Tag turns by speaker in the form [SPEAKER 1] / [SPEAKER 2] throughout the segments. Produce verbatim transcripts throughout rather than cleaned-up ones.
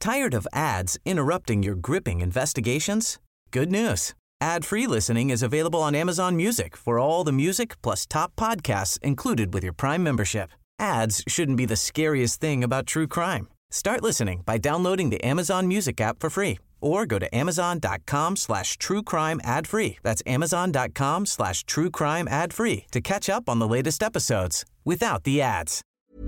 [SPEAKER 1] Tired of ads interrupting your gripping investigations? Good news. Ad-free listening is available on Amazon Music for all the music plus top podcasts included with your Prime membership. Ads shouldn't be the scariest thing about true crime. Start listening by downloading the Amazon Music app for free or go to amazon.com slash true crime ad free. That's amazon.com slash true crime ad free to catch up on the latest episodes without the ads.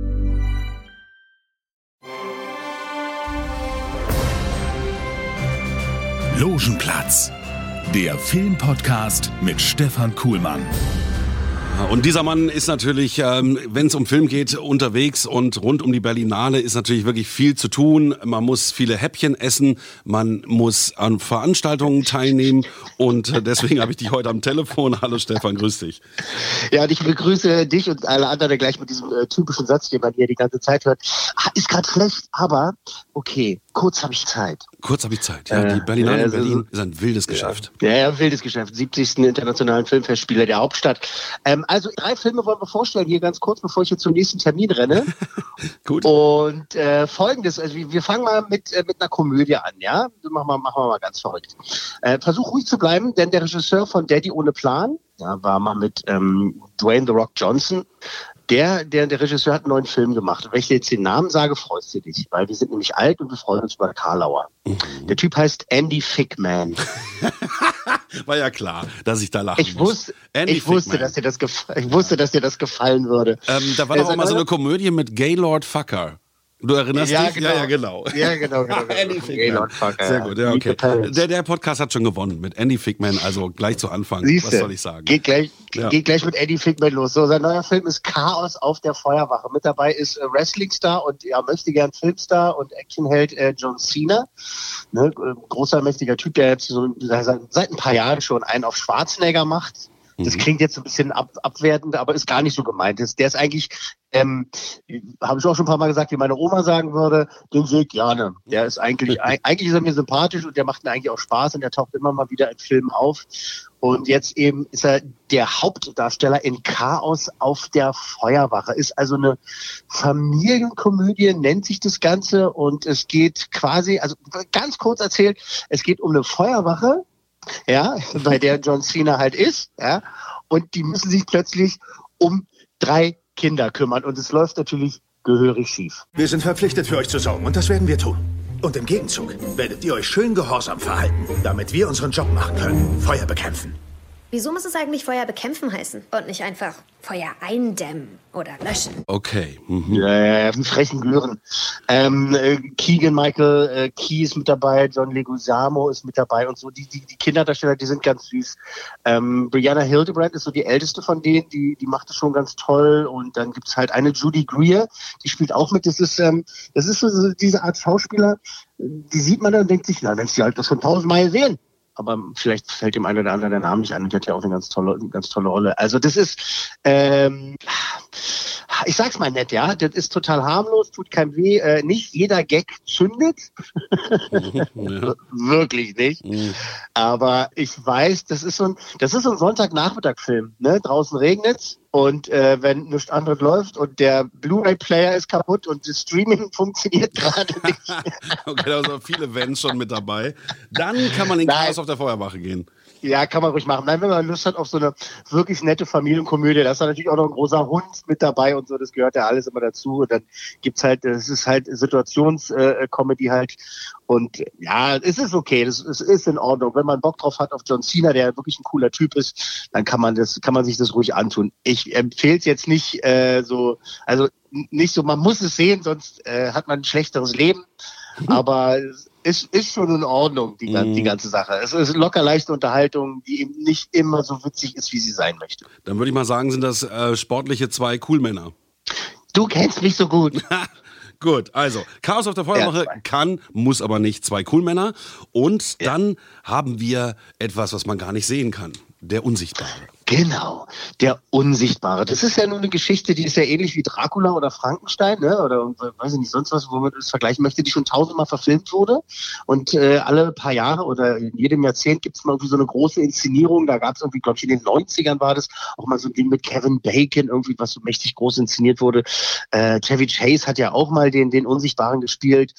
[SPEAKER 2] Logenplatz, der Filmpodcast mit Stefan Kuhlmann.
[SPEAKER 3] Und dieser Mann ist natürlich, ähm, wenn es um Film geht, unterwegs und rund um die Berlinale ist natürlich wirklich viel zu tun. Man muss viele Häppchen essen, man muss an Veranstaltungen teilnehmen und deswegen habe ich dich heute am Telefon. Hallo Stefan, grüß dich.
[SPEAKER 4] Ja, und ich begrüße dich und alle anderen gleich mit diesem äh, typischen Satz, den man hier die ganze Zeit hört. Ist gerade schlecht, aber okay, kurz habe ich Zeit.
[SPEAKER 3] Kurz habe ich Zeit, ja. Äh, die Berlinale ja, in Berlin ist ein wildes Geschäft.
[SPEAKER 4] Ja, ja, wildes Geschäft. siebzigsten Internationalen Filmfestspiele der Hauptstadt. Ähm, also drei Filme wollen wir vorstellen, hier ganz kurz, bevor ich jetzt zum nächsten Termin renne.
[SPEAKER 3] Gut.
[SPEAKER 4] Und äh, folgendes, also wir fangen mal mit, äh, mit einer Komödie an, ja? Machen wir, machen wir mal ganz verrückt. Äh, versuch ruhig zu bleiben, denn der Regisseur von Daddy ohne Plan, ja, war mal mit ähm, Dwayne The Rock Johnson. Der, der, der Regisseur hat einen neuen Film gemacht. Und wenn ich dir jetzt den Namen sage, freust du dich, weil wir sind nämlich alt und wir freuen uns über Karlauer. Mhm. Der Typ heißt Andy Fickman.
[SPEAKER 3] War ja klar, dass ich da lachen
[SPEAKER 4] ich wusste,
[SPEAKER 3] muss.
[SPEAKER 4] Ich wusste, dass dir das gef- ich wusste, dass dir das gefallen würde.
[SPEAKER 3] Ähm, da war doch auch mal so eine Komödie mit Gaylord Fucker. Du erinnerst
[SPEAKER 4] ja,
[SPEAKER 3] dich?
[SPEAKER 4] genau.
[SPEAKER 3] Ja, ja, genau.
[SPEAKER 4] Ja, genau, genau. genau.
[SPEAKER 3] Andy Fickman. Sehr gut, ja, okay. Der, der Podcast hat schon gewonnen mit Andy Fickman, also gleich zu Anfang. Siehste, was soll ich sagen?
[SPEAKER 4] Geht gleich,
[SPEAKER 3] ja.
[SPEAKER 4] geht gleich mit Andy Fickman los. So, sein neuer Film ist Chaos auf der Feuerwache. Mit dabei ist äh, Wrestling-Star und ja, möchte gern Filmstar und Actionheld äh, John Cena. Ne, äh, großer, mächtiger Typ, der jetzt so seit, seit ein paar Jahren schon einen auf Schwarzenegger macht. Das klingt jetzt ein bisschen ab, abwertend, aber ist gar nicht so gemeint. Der ist eigentlich, ähm, habe ich auch schon ein paar Mal gesagt, wie meine Oma sagen würde, den sehe ich gerne. Der ist eigentlich, eigentlich ist er mir sympathisch und der macht mir eigentlich auch Spaß und der taucht immer mal wieder in Filmen auf. Und jetzt eben ist er der Hauptdarsteller in Chaos auf der Feuerwache. Ist also eine Familienkomödie, nennt sich das Ganze. Und es geht quasi, also ganz kurz erzählt, es geht um eine Feuerwache, ja, bei der John Cena halt ist, ja, und die müssen sich plötzlich um drei Kinder kümmern und es läuft natürlich gehörig schief.
[SPEAKER 5] Wir sind verpflichtet, für euch zu sorgen und das werden wir tun. Und im Gegenzug werdet ihr euch schön gehorsam verhalten, damit wir unseren Job machen können, Feuer bekämpfen.
[SPEAKER 6] Wieso muss es eigentlich Feuer bekämpfen heißen und nicht einfach Feuer eindämmen oder löschen?
[SPEAKER 3] Okay. Mhm.
[SPEAKER 4] Ja, ja, ja, frechen Gören. Ähm, äh, Keegan Michael äh, Key ist mit dabei, John Leguizamo ist mit dabei und so. Die, die, die Kinderdarsteller, die sind ganz süß. Ähm, Brianna Hildebrand ist so die älteste von denen, die, die macht es schon ganz toll. Und dann gibt's halt eine Judy Greer, die spielt auch mit. Das ist, ähm, das ist so diese Art Schauspieler, die sieht man dann und denkt sich, na, Mensch, die halt das schon tausendmal gesehen. Aber vielleicht fällt dem einen oder anderen der Name nicht ein und die hat ja auch eine ganz tolle, eine ganz tolle Rolle. Also das ist, ähm, ich sag's mal nett, ja, das ist total harmlos, tut keinem weh, äh, nicht jeder Gag zündet. Ja. Wirklich nicht. Mhm. Aber ich weiß, das ist so ein, das ist so ein Sonntagnachmittagfilm, ne? Draußen regnet's. Und äh, wenn nichts anderes läuft und der Blu-ray-Player ist kaputt und das Streaming funktioniert gerade nicht.
[SPEAKER 3] Okay, da sind viele Vans schon mit dabei. Dann kann man in Chaos auf der Feuerwache gehen.
[SPEAKER 4] Ja, kann man ruhig machen. Nein, wenn man Lust hat auf so eine wirklich nette Familienkomödie, da ist da natürlich auch noch ein großer Hund mit dabei und so, das gehört ja alles immer dazu. Und dann gibt's halt, das ist halt Situations-Comedy äh, halt. Und ja, es ist okay, das, es ist in Ordnung. Wenn man Bock drauf hat auf John Cena, der wirklich ein cooler Typ ist, dann kann man das, kann man sich das ruhig antun. Ich empfehle es jetzt nicht äh, so, also nicht so, man muss es sehen, sonst äh, hat man ein schlechteres Leben. Aber es ist, ist schon in Ordnung, die, mm. die ganze Sache. Es ist locker leichte Unterhaltung, die eben nicht immer so witzig ist, wie sie sein möchte.
[SPEAKER 3] Dann würde ich mal sagen, sind das äh, sportliche zwei Coolmänner.
[SPEAKER 4] Du kennst mich so gut.
[SPEAKER 3] Gut, also Chaos auf der Feuerwache ja, kann, muss aber nicht, zwei Coolmänner. Und ja. dann haben wir etwas, was man gar nicht sehen kann. Der Unsichtbare.
[SPEAKER 4] Genau, der Unsichtbare. Das ist ja nur eine Geschichte, die ist ja ähnlich wie Dracula oder Frankenstein, ne? Oder weiß ich nicht, sonst was, womit man das vergleichen möchte, die schon tausendmal verfilmt wurde. Und äh, alle paar Jahre oder in jedem Jahrzehnt gibt es mal irgendwie so eine große Inszenierung. Da gab es irgendwie, glaube ich, in den neunzigern war das, auch mal so ein Ding mit Kevin Bacon, irgendwie, was so mächtig groß inszeniert wurde. Äh, Chevy Chase hat ja auch mal den, den Unsichtbaren gespielt.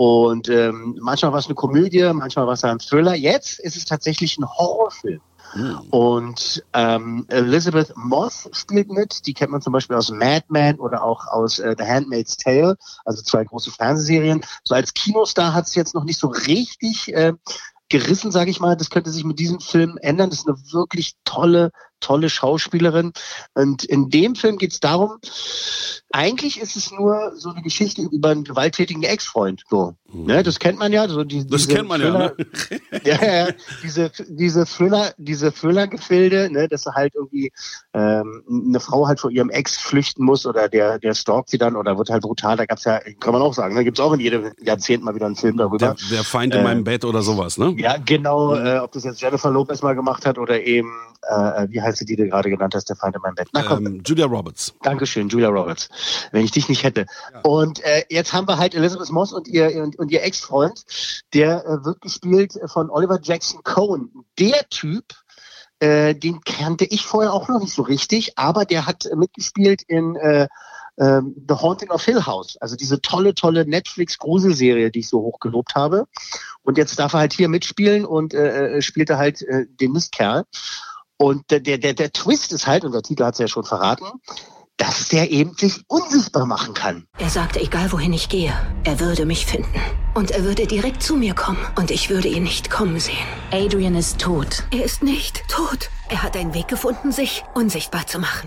[SPEAKER 4] Und ähm, manchmal war es eine Komödie, manchmal war es ein Thriller. Jetzt ist es tatsächlich ein Horrorfilm. Mhm. Und ähm, Elizabeth Moss spielt mit. Die kennt man zum Beispiel aus Mad Men oder auch aus äh, The Handmaid's Tale, also zwei große Fernsehserien. So als Kinostar hat es jetzt noch nicht so richtig äh, gerissen, sage ich mal. Das könnte sich mit diesem Film ändern. Das ist eine wirklich tolle, tolle Schauspielerin. Und in dem Film geht es darum, eigentlich ist es nur so eine Geschichte über einen gewalttätigen Ex-Freund. So, mhm. ne, das kennt man ja. So die,
[SPEAKER 3] das kennt man Thriller,
[SPEAKER 4] ja. Ne? ja, ja, diese diese Thriller, diese Thriller-Gefilde, ne, dass halt irgendwie ähm, eine Frau halt vor ihrem Ex flüchten muss oder der der stalkt sie dann oder wird halt brutal. Da gab's ja, kann man auch sagen, da gibt's auch in jedem Jahrzehnt mal wieder einen Film darüber.
[SPEAKER 3] Der, der Feind in äh, meinem Bett oder sowas, ne?
[SPEAKER 4] Ja, genau. Mhm. Äh, ob das jetzt Jennifer Lopez mal gemacht hat oder eben äh, wie heißt sie, die du gerade genannt hast, der Feind in meinem Bett. Na, komm.
[SPEAKER 3] Ähm, Julia Roberts.
[SPEAKER 4] Dankeschön, Julia Roberts. Wenn ich dich nicht hätte. Ja. Und äh, jetzt haben wir halt Elizabeth Moss und ihr und, und ihr Ex-Freund, der äh, wird gespielt von Oliver Jackson Cohen. Der Typ, äh, den kannte ich vorher auch noch nicht so richtig, aber der hat äh, mitgespielt in äh, äh, The Haunting of Hill House, also diese tolle, tolle Netflix-Gruselserie, die ich so hoch gelobt habe. Und jetzt darf er halt hier mitspielen und äh, spielt er halt äh, den Mistkerl. Und der, der, der, der Twist ist halt, und der Titel hat es ja schon verraten, dass der eben sich unsichtbar machen kann.
[SPEAKER 7] Er sagte, egal wohin ich gehe, er würde mich finden. Und er würde direkt zu mir kommen. Und ich würde ihn nicht kommen sehen.
[SPEAKER 8] Adrian ist tot.
[SPEAKER 7] Er ist nicht tot. Er hat einen Weg gefunden, sich unsichtbar zu machen.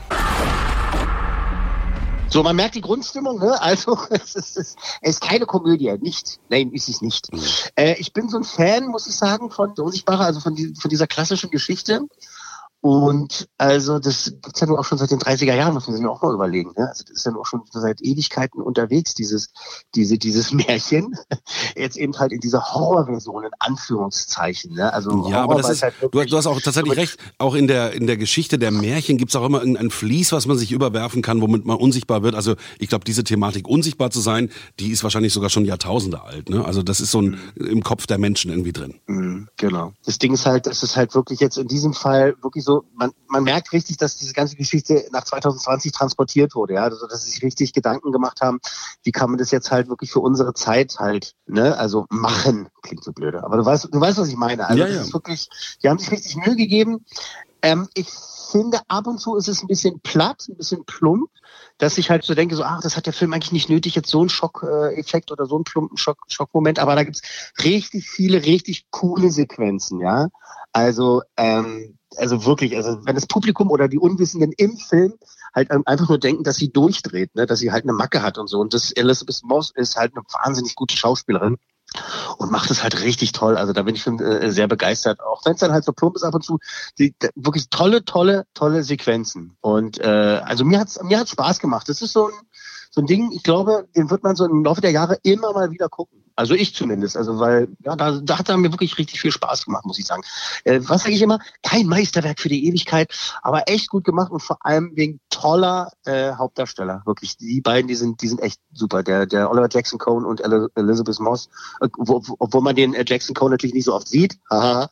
[SPEAKER 4] So, man merkt die Grundstimmung, ne? Also, es ist, es ist keine Komödie, nicht. Nein, ist es nicht. Mhm. Äh, ich bin so ein Fan, muss ich sagen, von Unsichtbarer, also von, die, von dieser klassischen Geschichte. Und also das gibt's ja nur auch schon seit den dreißiger Jahren, muss man sich mir auch mal überlegen. Ne? Also das ist ja nur auch schon seit Ewigkeiten unterwegs, dieses diese dieses Märchen. Jetzt eben halt in dieser Horrorversion in Anführungszeichen. Ne? Also
[SPEAKER 3] ja, Horror, aber das ist, halt du, du hast auch tatsächlich recht. Auch in der in der Geschichte der Märchen gibt's auch immer ein Vlies, was man sich überwerfen kann, womit man unsichtbar wird. Also ich glaube, diese Thematik, unsichtbar zu sein, die ist wahrscheinlich sogar schon Jahrtausende alt. Ne? Also das ist so ein, mhm. im Kopf der Menschen irgendwie drin.
[SPEAKER 4] Mhm, genau. Das Ding ist halt, dass es halt wirklich jetzt in diesem Fall wirklich so Man, man merkt richtig, dass diese ganze Geschichte nach zwanzig zwanzig transportiert wurde, ja, also dass sie sich richtig Gedanken gemacht haben, wie kann man das jetzt halt wirklich für unsere Zeit halt, ne, also machen, klingt so blöde, aber du weißt, du weißt, was ich meine. Also ja, das ja. ist wirklich, die haben sich richtig Mühe gegeben. Ähm, ich finde, ab und zu ist es ein bisschen platt, ein bisschen plump, dass ich halt so denke, so, ach, das hat der Film eigentlich nicht nötig, jetzt so einen Schockeffekt oder so einen plumpen Schock, Schockmoment, aber da gibt's richtig viele, richtig coole Sequenzen, ja. Also, ähm, also wirklich, also wenn das Publikum oder die Unwissenden im Film halt einfach nur denken, dass sie durchdreht, ne, dass sie halt eine Macke hat und so. Und das Elizabeth Moss ist halt eine wahnsinnig gute Schauspielerin und macht es halt richtig toll. Also da bin ich schon äh, sehr begeistert. Auch wenn es dann halt so plump ist ab und zu, die, die, wirklich tolle, tolle, tolle Sequenzen. Und äh, also mir hat's mir hat's Spaß gemacht. Das ist so ein so ein Ding, ich glaube, den wird man so im Laufe der Jahre immer mal wieder gucken. Also ich zumindest, also weil ja, da, da hat er mir wirklich richtig viel Spaß gemacht, muss ich sagen. Äh, was sage ich immer? Kein Meisterwerk für die Ewigkeit, aber echt gut gemacht und vor allem wegen toller äh, Hauptdarsteller. Wirklich, die beiden, die sind, die sind echt super. Der, der Oliver Jackson Cohen und El- Elizabeth Moss, äh, wo, obwohl man den äh, Jackson Cohen natürlich nicht so oft sieht. Haha.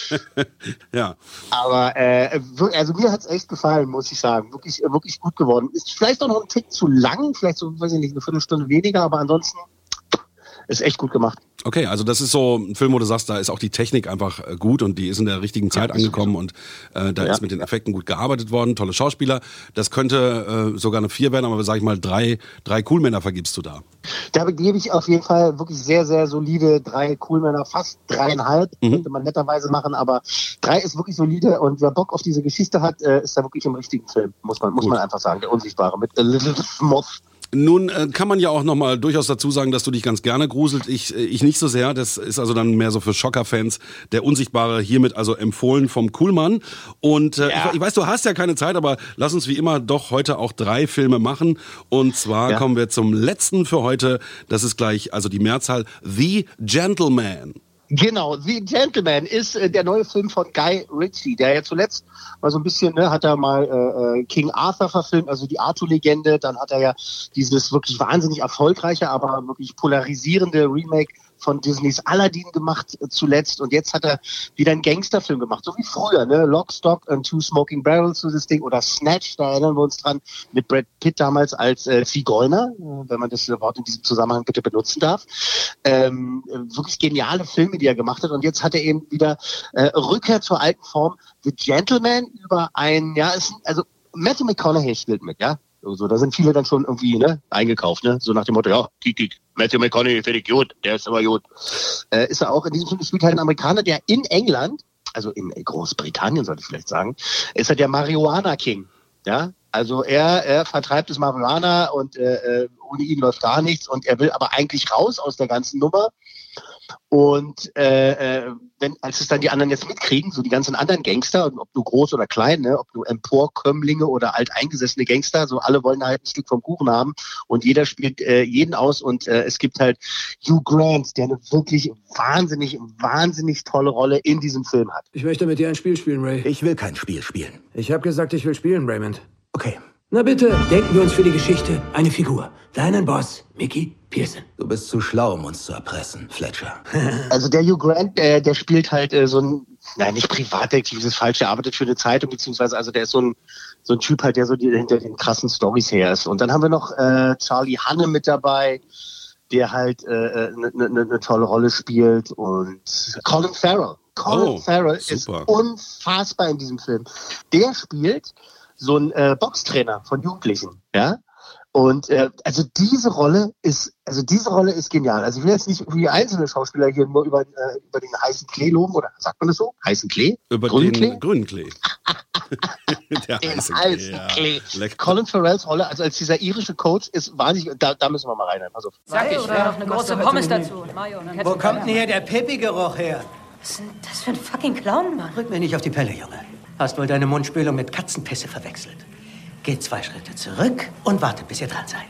[SPEAKER 3] Ja.
[SPEAKER 4] Aber äh, also mir hat's echt gefallen, muss ich sagen. Wirklich, wirklich gut geworden. Ist vielleicht auch noch ein Tick zu lang, vielleicht so, weiß ich nicht, eine Viertelstunde weniger, aber ansonsten ist echt gut gemacht.
[SPEAKER 3] Okay, also das ist so ein Film, wo du sagst, da ist auch die Technik einfach gut und die ist in der richtigen Zeit ja, angekommen und äh, da ja. ist mit den Effekten gut gearbeitet worden, tolle Schauspieler. Das könnte äh, sogar eine vier werden, aber sag ich mal, drei, drei Coolmänner vergibst du da.
[SPEAKER 4] Da gebe ich auf jeden Fall wirklich sehr, sehr solide drei Coolmänner, fast dreieinhalb, mhm. könnte man netterweise machen, aber drei ist wirklich solide und wer Bock auf diese Geschichte hat, äh, ist da wirklich im richtigen Film, muss man, muss man einfach sagen, der Unsichtbare mit Elizabeth Moss.
[SPEAKER 3] Nun äh, kann man ja auch nochmal durchaus dazu sagen, dass du dich ganz gerne gruselt. Ich, äh, ich nicht so sehr. Das ist also dann mehr so für Schocker-Fans. Der Unsichtbare hiermit also empfohlen vom Kuhlmann. Und äh, ja. ich, ich weiß, du hast ja keine Zeit, aber lass uns wie immer doch heute auch drei Filme machen. Und zwar ja. kommen wir zum letzten für heute. Das ist gleich also die Mehrzahl. The Gentleman.
[SPEAKER 4] Genau, The Gentleman ist äh, der neue Film von Guy Ritchie, der ja zuletzt mal so ein bisschen, ne, hat er mal äh, King Arthur verfilmt, also die Arthur-Legende, dann hat er ja dieses wirklich wahnsinnig erfolgreiche, aber wirklich polarisierende Remake von Disneys Aladdin gemacht äh, zuletzt und jetzt hat er wieder einen Gangsterfilm gemacht, so wie früher, ne? Lock, Stock and Two Smoking Barrels, so das Ding, oder Snatch, da erinnern wir uns dran, mit Brad Pitt damals als äh, Zigeuner, äh, wenn man das Wort in diesem Zusammenhang bitte benutzen darf. Ähm, wirklich geniale Filme, die er gemacht hat und jetzt hat er eben wieder äh, Rückkehr zur alten Form, The Gentleman über ein, ja, ist, also Matthew McConaughey spielt mit, ja. So, da sind viele dann schon irgendwie ne, eingekauft, ne? So nach dem Motto, ja, kiek, kiek, Matthew McConaughey finde ich gut, der ist aber gut. Äh, ist er auch in diesem Film, spielt halt ein Amerikaner, der in England, also in Großbritannien sollte ich vielleicht sagen, ist er der Marihuana King, ja. Also er, er vertreibt das Marihuana und äh, ohne ihn läuft gar nichts und er will aber eigentlich raus aus der ganzen Nummer. Und äh, wenn, als es dann die anderen jetzt mitkriegen, so die ganzen anderen Gangster, ob du groß oder klein, ne, ob du Emporkömmlinge oder alteingesessene Gangster, so alle wollen halt ein Stück vom Kuchen haben und jeder spielt äh, jeden aus und äh, es gibt halt Hugh Grant, der eine wirklich wahnsinnig, wahnsinnig tolle Rolle in diesem Film hat.
[SPEAKER 9] Ich möchte mit dir ein Spiel spielen, Ray.
[SPEAKER 10] Ich will kein Spiel spielen.
[SPEAKER 9] Ich habe gesagt, ich will spielen, Raymond.
[SPEAKER 10] Okay.
[SPEAKER 9] Na bitte, denken wir uns für die Geschichte eine Figur. Deinen Boss, Mickey Pearson.
[SPEAKER 10] Du bist zu schlau, um uns zu erpressen, Fletcher.
[SPEAKER 4] Also der Hugh Grant, äh, der spielt halt äh, so ein, nein, nicht Privatdetektiv, das ist falsch, der arbeitet für eine Zeitung, beziehungsweise also der ist so ein so ein Typ halt, der so die, hinter den krassen Storys her ist. Und dann haben wir noch äh, Charlie Hunnam mit dabei, der halt eine äh, ne, ne, ne tolle Rolle spielt und Colin Farrell. Colin oh, Farrell super. Ist unfassbar in diesem Film. Der spielt so ein äh, Boxtrainer von Jugendlichen, ja. Und äh, also diese Rolle ist, also diese Rolle ist genial. Also ich will jetzt nicht wie einzelne Schauspieler hier nur über, äh, über den heißen Klee loben, oder sagt man das so? Heißen Klee?
[SPEAKER 3] Über
[SPEAKER 4] grünen
[SPEAKER 3] den
[SPEAKER 4] Klee?
[SPEAKER 3] grünen Klee. Der
[SPEAKER 4] den
[SPEAKER 3] heiße
[SPEAKER 4] heißen
[SPEAKER 3] Klee.
[SPEAKER 4] Klee.
[SPEAKER 3] Ja.
[SPEAKER 4] Colin Farrells Rolle, also als dieser irische Coach, ist wahnsinnig, da, da müssen wir mal rein. Pass auf.
[SPEAKER 11] Sag ich, wäre noch eine große Pommes dazu. Mayo,
[SPEAKER 12] Wo kommt denn hier der Peppi-Geruch her?
[SPEAKER 11] Was ist denn das für ein fucking Clown, Mann?
[SPEAKER 12] Rück mir nicht auf die Pelle, Junge. Hast wohl deine Mundspülung mit Katzenpisse verwechselt. Geht zwei Schritte zurück und wartet, bis ihr dran seid.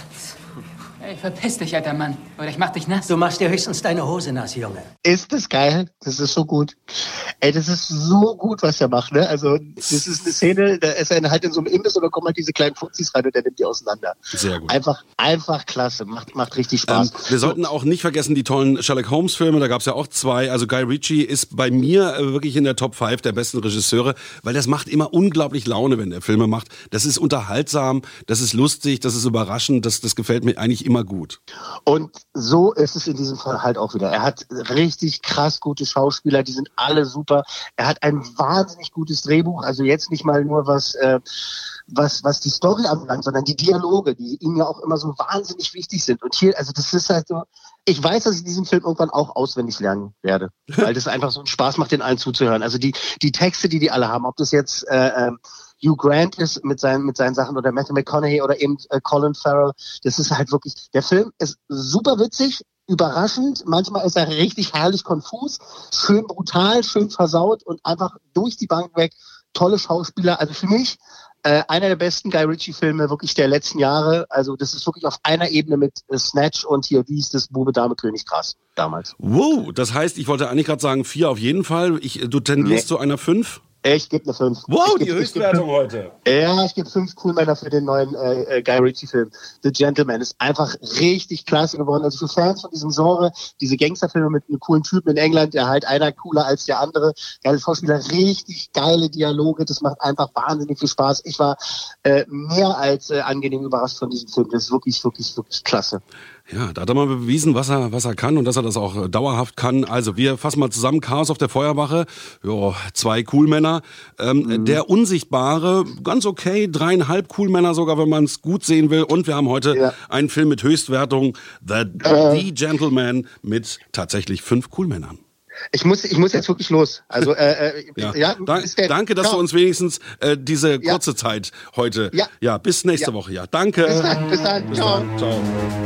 [SPEAKER 11] Ey, verpiss dich, alter Mann. Oder ich mach dich nass.
[SPEAKER 12] Du machst dir höchstens deine Hose nass, Junge.
[SPEAKER 4] Ist das geil? Das ist so gut. Ey, das ist so gut, was er macht, ne? Also, das ist eine Szene, da ist er halt in so einem Imbiss und da kommen halt diese kleinen Fuzis rein und der nimmt die auseinander.
[SPEAKER 3] Sehr gut.
[SPEAKER 4] Einfach, einfach klasse. Macht, macht richtig Spaß.
[SPEAKER 3] Ähm, wir sollten auch nicht vergessen die tollen Sherlock Holmes Filme, da gab es ja auch zwei. Also Guy Ritchie ist bei mir äh, wirklich in der Top fünf der besten Regisseure, weil das macht immer unglaublich Laune, wenn er Filme macht. Das ist unterhaltsam, das ist lustig, das ist überraschend, das, das gefällt mir eigentlich immer gut.
[SPEAKER 4] Und so ist es in diesem Fall halt auch wieder. Er hat richtig krass gute Schauspieler, die sind alle super. Er hat ein wahnsinnig gutes Drehbuch, also jetzt nicht mal nur was, äh, was, was die Story anbelangt, sondern die Dialoge, die ihm ja auch immer so wahnsinnig wichtig sind. Und hier, also das ist halt so, ich weiß, dass ich diesen Film irgendwann auch auswendig lernen werde, weil das einfach so einen Spaß macht, den allen zuzuhören. Also die, die Texte, die die alle haben, ob das jetzt äh, äh, Hugh Grant ist mit seinen, mit seinen Sachen oder Matthew McConaughey oder eben äh, Colin Farrell. Das ist halt wirklich, der Film ist super witzig, überraschend. Manchmal ist er richtig herrlich konfus, schön brutal, schön versaut und einfach durch die Bank weg. Tolle Schauspieler. Also für mich äh, einer der besten Guy Ritchie-Filme wirklich der letzten Jahre. Also das ist wirklich auf einer Ebene mit äh, Snatch und hier, wie hieß das, Bube, Dame, König, Gras damals.
[SPEAKER 3] Wow, das heißt, ich wollte eigentlich gerade sagen vier auf jeden Fall. Ich, du tendierst nee. zu einer fünf?
[SPEAKER 4] Ich gebe eine fünf.
[SPEAKER 3] Wow,
[SPEAKER 4] geb,
[SPEAKER 3] die Höchstwertung
[SPEAKER 4] geb,
[SPEAKER 3] heute.
[SPEAKER 4] Ja, ich gebe fünf Coolmänner für den neuen äh, äh, Guy Ritchie-Film. The Gentleman ist einfach richtig klasse geworden. Also für Fans von diesem Genre, diese Gangsterfilme mit einem coolen Typen in England, der halt einer cooler als der andere, geile Schauspieler, richtig geile Dialoge, das macht einfach wahnsinnig viel Spaß. Ich war äh, mehr als äh, angenehm überrascht von diesem Film. Das ist wirklich, wirklich, wirklich klasse.
[SPEAKER 3] Ja, da hat er mal bewiesen, was er, was er kann und dass er das auch dauerhaft kann. Also wir fassen mal zusammen, Chaos auf der Feuerwache, jo, zwei Coolmänner. Ähm, mhm. Der Unsichtbare, ganz okay, dreieinhalb Coolmänner sogar, wenn man es gut sehen will. Und wir haben heute ja. einen Film mit Höchstwertung, The, äh. The Gentleman, mit tatsächlich fünf Coolmännern.
[SPEAKER 4] Ich muss, ich muss jetzt wirklich los. Also, äh,
[SPEAKER 3] ja.
[SPEAKER 4] ja
[SPEAKER 3] da,
[SPEAKER 4] der,
[SPEAKER 3] danke, dass
[SPEAKER 4] ciao.
[SPEAKER 3] du uns wenigstens äh, diese kurze
[SPEAKER 4] ja.
[SPEAKER 3] Zeit heute.
[SPEAKER 4] Ja,
[SPEAKER 3] ja bis nächste
[SPEAKER 4] ja.
[SPEAKER 3] Woche. Ja, danke.
[SPEAKER 4] Bis dann, bis dann.
[SPEAKER 3] Bis
[SPEAKER 4] ciao.
[SPEAKER 3] dann. Ciao.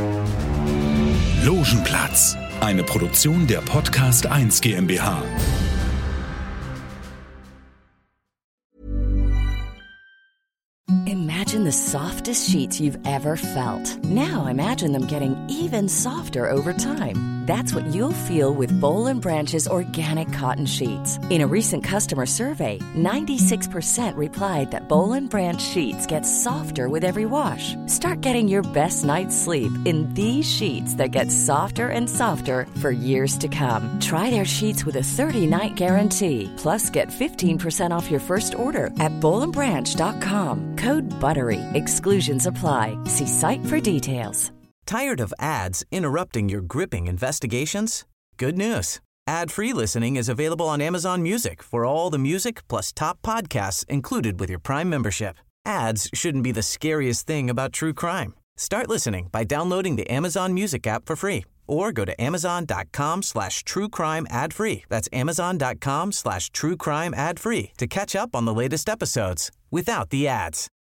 [SPEAKER 2] Logenplatz, eine Produktion der Podcast eins GmbH.
[SPEAKER 13] Imagine Imagine the softest sheets you've ever felt. Now imagine them getting even softer over time. That's what you'll feel with Boll and Branch's organic cotton sheets. In a recent customer survey, ninety-six percent replied that Boll and Branch sheets get softer with every wash. Start getting your best night's sleep in these sheets that get softer and softer for years to come. Try their sheets with a thirty-night guarantee. Plus, get fifteen percent off your first order at boll and branch dot com. Code BUTTERY. Exclusions apply. See site for details.
[SPEAKER 1] Tired of ads interrupting your gripping investigations? Good news. Ad-free listening is available on Amazon Music for all the music plus top podcasts included with your Prime membership. Ads shouldn't be the scariest thing about true crime. Start listening by downloading the Amazon Music app for free or go to amazon.com slash true crime ad free. That's amazon.com slash true crime ad free to catch up on the latest episodes without the ads.